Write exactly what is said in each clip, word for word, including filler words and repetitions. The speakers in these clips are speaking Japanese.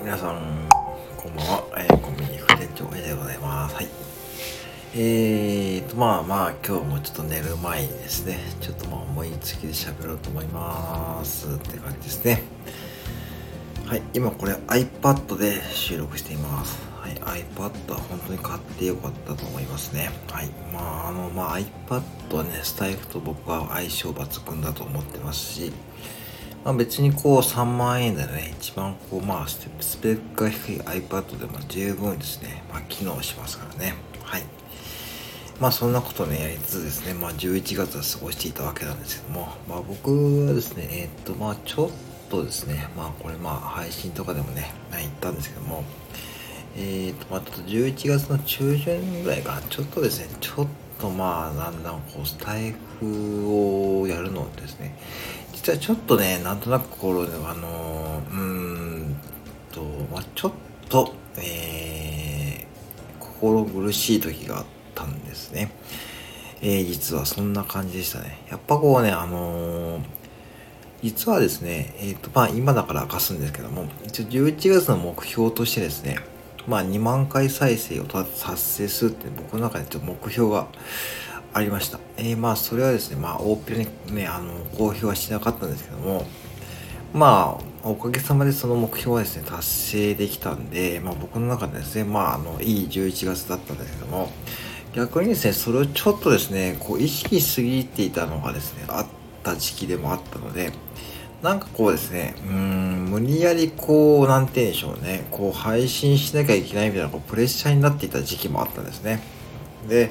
皆さん、こんばんは。えー、コンビニ副店長、えでございます。はい。えーと、まあまあ、今日もちょっと寝る前にですね、ちょっとまあ思いつきで喋ろうと思いますって感じですね。はい。今これ iPad で収録しています。はい。iPad は本当に買ってよかったと思いますね。はい。まあ、あの、まあ iPad はね、スタイフと僕は相性抜群だと思ってますし、まあ、別にこうさんまん円でね、一番こうまあスペックが低い iPad でも十分ですね、まあ機能しますからね。はい。まあそんなことね、やりつつですね、まあじゅういちがつは過ごしていたわけなんですけども、まあ僕はですね、えー、っとまあちょっとですね、まあこれまあ配信とかでもね、言ったんですけども、えー、っとまあちょっとじゅういちがつの中旬ぐらいかな、ちょっとですね、ちょっとまあだんだんこうスタイフをやるのですね、実はちょっとね、なんとなく心で、あのー、うーんと、まあ、ちょっと、えー、心苦しい時があったんですね。えー、実はそんな感じでしたね。やっぱこうね、あのー、実はですね、えっ、と、まあ、今だから明かすんですけども、一応じゅういちがつの目標としてですね、まあ、にまんかい再生を達成するって僕の中でちょっと目標がありました。えー、まあ、それはですね、まあ、大っぴらにね、あの、公表はしなかったんですけども、まあ、おかげさまでその目標はですね、達成できたんで、まあ僕の中でですね、まあ、あの、いいじゅういちがつだったんですけども、逆にですね、それをちょっとですね、こう、意識しすぎていたのがですね、あった時期でもあったので、なんかこうですね、うーん、無理やりこう、なんて言うんでしょうね、こう、配信しなきゃいけないみたいな、こう、プレッシャーになっていた時期もあったんですね。で、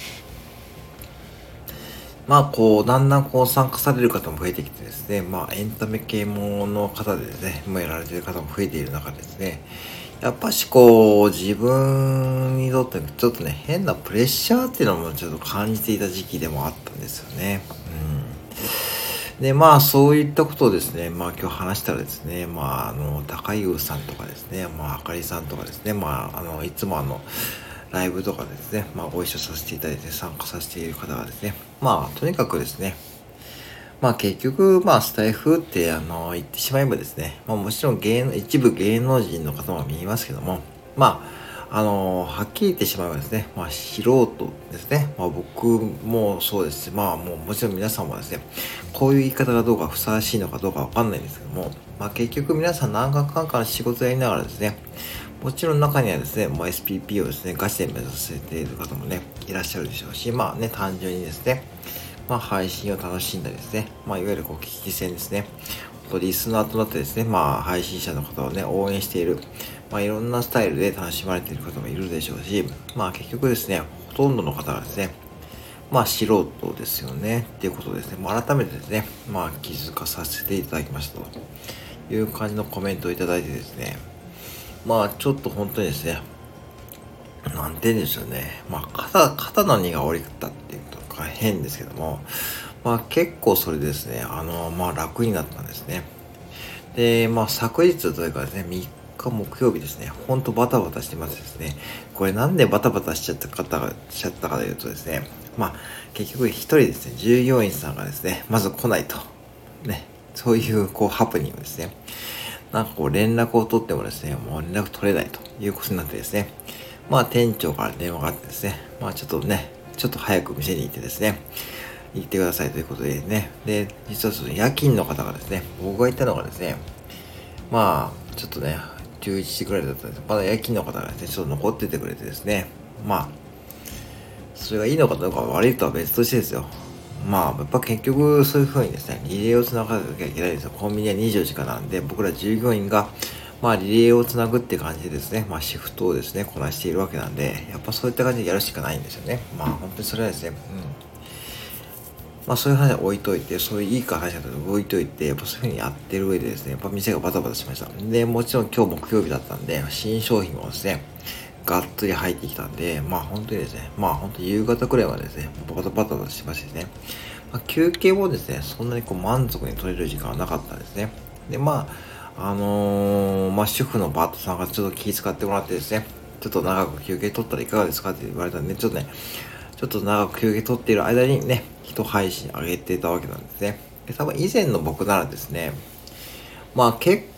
まあ、こう、だんだんこう参加される方も増えてきてですね、まあ、エンタメ系もの方でですね、もうやられている方も増えている中でですね、やっぱしこう、自分にとってちょっとね、変なプレッシャーっていうのもちょっと感じていた時期でもあったんですよね。うん。で、まあ、そういったことをですね、まあ今日話したらですね、まあ、あの、高優さんとかですね、まあ、あかりさんとかですね、まあ、あの、いつもあの、ライブとかですね、まあ、ご一緒させていただいて参加させている方がですね、まあ、とにかくですね、まあ結局、まあスタイフってあの、言ってしまえばですね、まあもちろん芸能、一部芸能人の方も見えますけども、まあ、あの、はっきり言ってしまえばですね、まあ素人ですね、まあ僕もそうですし、まあもうもちろん皆さんもですね、こういう言い方がどうかふさわしいのかどうかわかんないんですけども、まあ結局皆さん何かかんかの仕事やりながらですね、もちろん中にはですね、まあ、エスピーピー をですね、ガチで目指している方もね、いらっしゃるでしょうし、まあね、単純にですね、まあ配信を楽しんだりですね、まあいわゆるこう聞き戦ですね、リスナーとなってですね、まあ配信者の方をね、応援している、まあいろんなスタイルで楽しまれている方もいるでしょうし、まあ結局ですね、ほとんどの方がですね、まあ素人ですよね、っていうことですね、まあ改めてですね、まあ気づかさせていただきましたという感じのコメントをいただいてですね、まあちょっと本当にですね、なんて言うんでしょうね。まあ、肩、肩の荷が下りたっていうとか変ですけども、まあ結構それでですね、あの、まあ楽になったんですね。で、まあ昨日というかですね、みっか木曜日ですね、ほんとバタバタしてますですね。これなんでバタバタしちゃった方が、しちゃったかというとですね、まあ結局一人ですね、従業員さんがですね、まず来ないと。ね、そういうこうハプニングですね。なんかこう連絡を取ってもですね、もう連絡取れないということになってですね、まあ店長から電話があってですね、まあちょっとね、ちょっと早く店に行ってですね、行ってくださいということでね、で、実はその夜勤の方がですね、僕が行ったのがですね、まあちょっとね、じゅういちじくらいだったんです。まだ夜勤の方がですね、ちょっと残っててくれてですね、まあ、それがいいのかどうか悪いとは別としてですよ。まあ、やっぱ結局そういう風にですね、リレーを繋がなきゃいけないんですよ。コンビニはにじゅうよじかんなんで、僕ら従業員が、まあ、リレーをつなぐって感じでですね、まあ、シフトをですね、こなしているわけなんで、やっぱそういった感じでやるしかないんですよね。まあ、本当にそれはですね、うん。まあ、そういう話は置いといて、そういういいか話だと置いといて、やっぱそういう風にやってる上でですね、やっぱ店がバタバタしました。で、もちろん今日木曜日だったんで、新商品もですね、がっつり入ってきたんで、まあ本当にですね、まあ本当に夕方くらいまでですね、バタバタバタしましてね、まあ、休憩もですね、そんなにこう満足に取れる時間はなかったんですね。で、まあ、あのー、まあ主婦のバートさんがちょっと気遣ってもらってですね、ちょっと長く休憩取ったらいかがですかって言われたんで、ちょっとね、ちょっと長く休憩取っている間にね、一配信上げてたわけなんですね。で、多分以前の僕ならですね、まあ結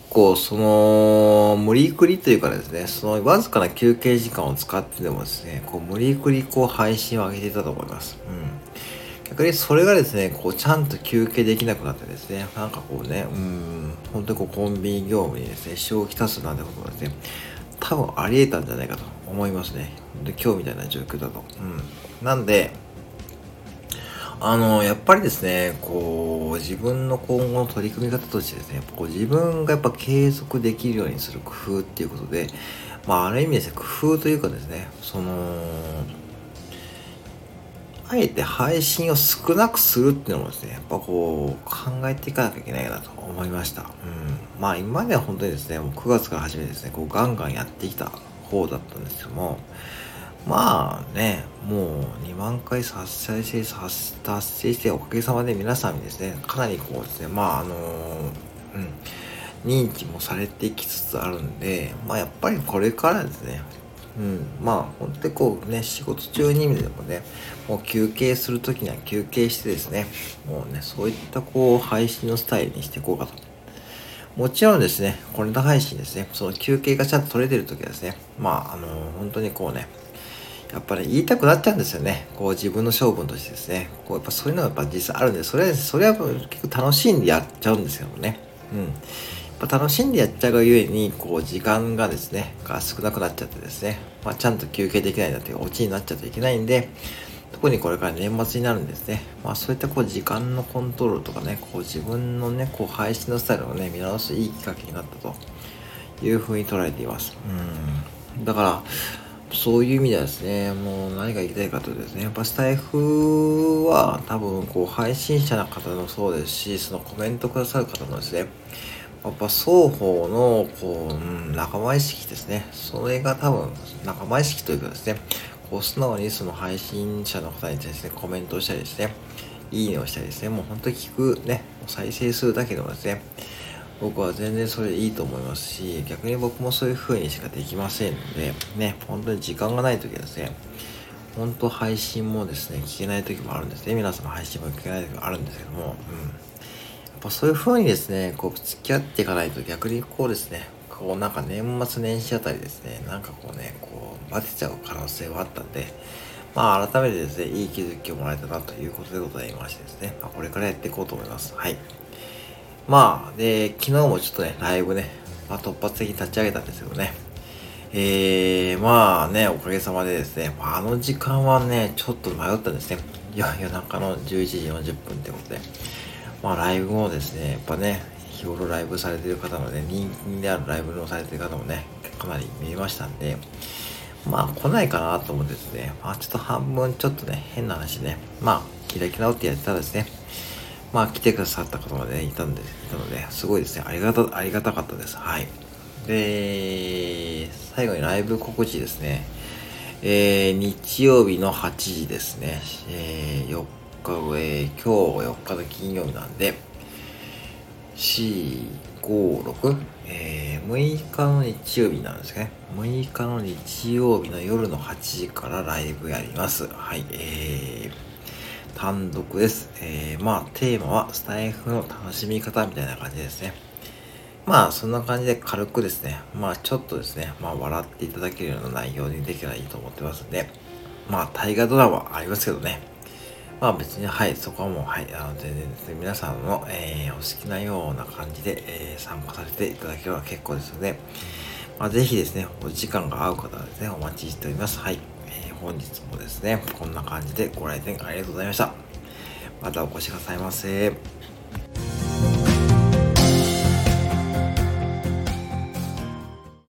構その、無理くりというかですね、そのわずかな休憩時間を使ってでもですね、こう無理くりこう配信を上げていたと思います。うん。逆にそれがですね、こうちゃんと休憩できなくなってですね、なんかこうね、うん、本当にこうコンビニ業務にですね、支障をきたすなんてことがですね、多分あり得たんじゃないかと思いますね。で今日みたいな状況だと。うん。なんで、あの、やっぱりですね、こう、自分の今後の取り組み方としてですね、こう自分がやっぱ継続できるようにする工夫っていうことで、まあ、ある意味ですね、工夫というかですね、その、あえて配信を少なくするっていうのもですね、やっぱこう、考えていかなきゃいけないなと思いました。うん。まあ、今までは本当にですね、もうくがつから始めてですね、こう、ガンガンやってきた方だったんですけども、まあね、もうにまんかい再生さ達成しておかげさまで皆さんにですね、かなりこうですね、まああのうん、認知もされてきつつあるんで、まあやっぱりこれからですね、うん、まあ本当にこうね、仕事中にでもね、もう休憩するときには休憩してですね、もうね、そういったこう配信のスタイルにしていこうかと。もちろんですね、これの配信ですね、その休憩がちゃんと取れてるときはですね、まああの本当にこうね、やっぱり言いたくなっちゃうんですよね。こう自分の性分としてですね。こうやっぱそういうのがやっぱ実際あるんで、それは、それは結構楽しんでやっちゃうんですよね。うん。やっぱ楽しんでやっちゃうがゆえに、こう時間がですね、が少なくなっちゃってですね、まあちゃんと休憩できないなというオチになっちゃっていけないんで、特にこれから年末になるんですね。まあそういったこう時間のコントロールとかね、こう自分のね、こう配信のスタイルをね、見直すいいきっかけになったというふうに捉えています。うん。だから、そういう意味ではですね、もう何が言いたいかというとですね、やっぱスタイフは多分こう配信者の方もそうですし、そのコメントくださる方もですね、やっぱ双方のこう、うん、仲間意識ですね。それが多分仲間意識というかですね、こう素直にその配信者の方に対してコメントをしたりですね、いいねをしたりですね、もう本当に聞くね、再生するだけでもですね、僕は全然それでいいと思いますし、逆に僕もそういう風にしかできませんので、ね、本当に時間がない時はですね、本当配信もですね、聞けない時もあるんですね。皆さんの配信も聞けない時もあるんですけども、うん。やっぱそういう風にですね、こう付き合っていかないと逆にこうですね、こうなんか年末年始あたりですね、なんかこうね、こうバテちゃう可能性はあったんで、まあ改めてですね、いい気づきをもらえたなということでございましてですね、まあ、これからやっていこうと思います。はい。まあ、で、昨日もちょっとね、ライブね、まあ、突発的に立ち上げたんですけどね。えー、まあね、おかげさまでですね、まあ、あの時間はね、ちょっと迷ったんですね。いや、夜中のじゅういちじよんじゅっぷんってことで。まあ、ライブもですね、やっぱね、日頃ライブされてる方のね、人気であるライブをされてる方もね、かなり見えましたんで、まあ、来ないかなと思ってですね、まあ、ちょっと半分ちょっとね、変な話ね、まあ、開き直ってやってたらですね、まあ来てくださった方まで、ね、いたんで、いたので、すごいですね。ありがた、ありがたかったです。はい。で、最後にライブ告知ですね。えー、日曜日のはちじですね。えー、よっか、えー、今日よっかの金曜日なんで、よん、ご、ろく、えー、むいかの日曜日なんですね。むいかの日曜日の夜のはちじからライブやります。はい。えー、単独です。えー、まあ、テーマはスタイフの楽しみ方みたいな感じですね。まあ、そんな感じで軽くですね、まあ、ちょっとですね、まあ、笑っていただけるような内容にできたらいいと思ってますんで、まあ、大河ドラマありますけどね。まあ、別に、はい、そこはもう、はい、あの、全然ですね、皆さんの、えー、お好きなような感じで、えー、参加させていただければ結構ですので、まあ、ぜひですね、お時間が合う方はですね、お待ちしております。はい。えー、本日もですね、こんな感じでご来店ありがとうございました。またお越しくださいませ。